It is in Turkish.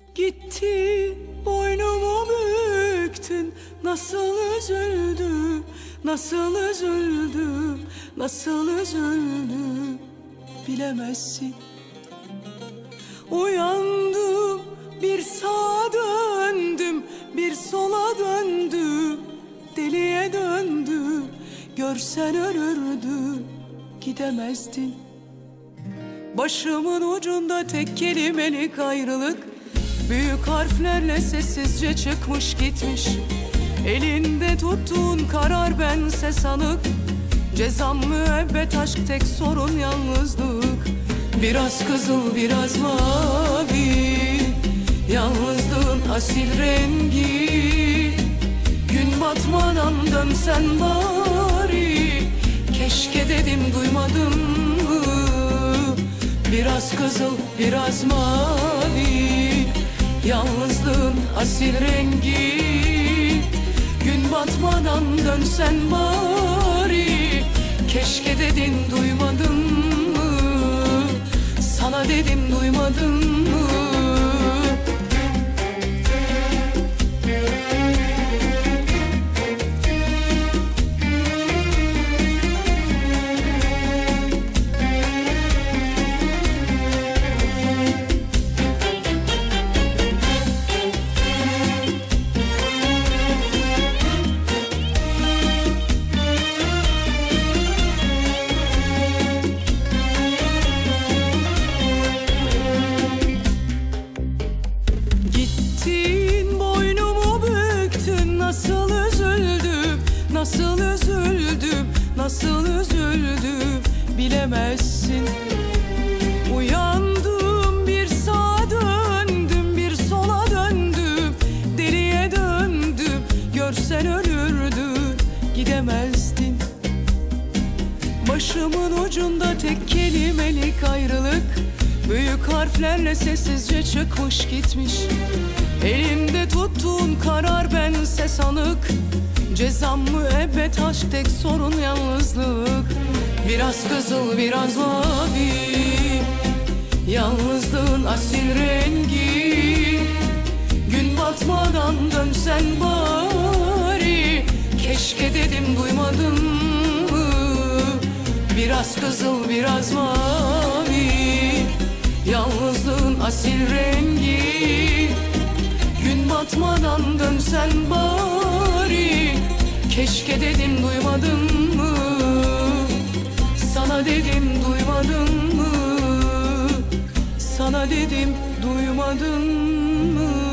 Gitti, boynumu büktün. Nasıl üzüldüm, nasıl üzüldüm, nasıl üzüldüm bilemezsin. Uyandım, bir sağa döndüm, bir sola döndüm, deliye döndüm. Görsen ölürdün, gidemezdin. Başımın ucunda tek kelimelik ayrılık, büyük harflerle sessizce çıkmış gitmiş. Elinde tuttuğun karar bense sanık, cezam müebbet, aşk tek sorun yalnızlık. Biraz kızıl biraz mavi, yalnızlığın asil rengi. Gün batmadan dönsen bari, keşke dedim duymadın mı? Biraz kızıl biraz mavi, yalnızlığın asil rengi. Gün batmadan dönsen bari, keşke dedin duymadın mı? Sana dedim duymadın mı? Nasıl üzüldüm, nasıl üzüldüm bilemezsin. Uyandım, bir sağa döndüm, bir sola döndüm, deliye döndüm. Görsen ölürdün, gidemezdin. Başımın ucunda tek kelimelik ayrılık, büyük harflerle sessizce çıkmış gitmiş. Elimde tuttuğun karar bense sanık, cezam müebbet, aşk tek sorun yalnızlık. Biraz kızıl biraz mavi, yalnızlığın asil rengi. Gün batmadan dönsen bari, keşke dedim duymadın mı? Biraz kızıl biraz mavi, yalnızlığın asil rengi. Gün batmadan dönsen bari, keşke dedim duymadın mı? Sana dedim duymadın mı? Sana dedim duymadın mı?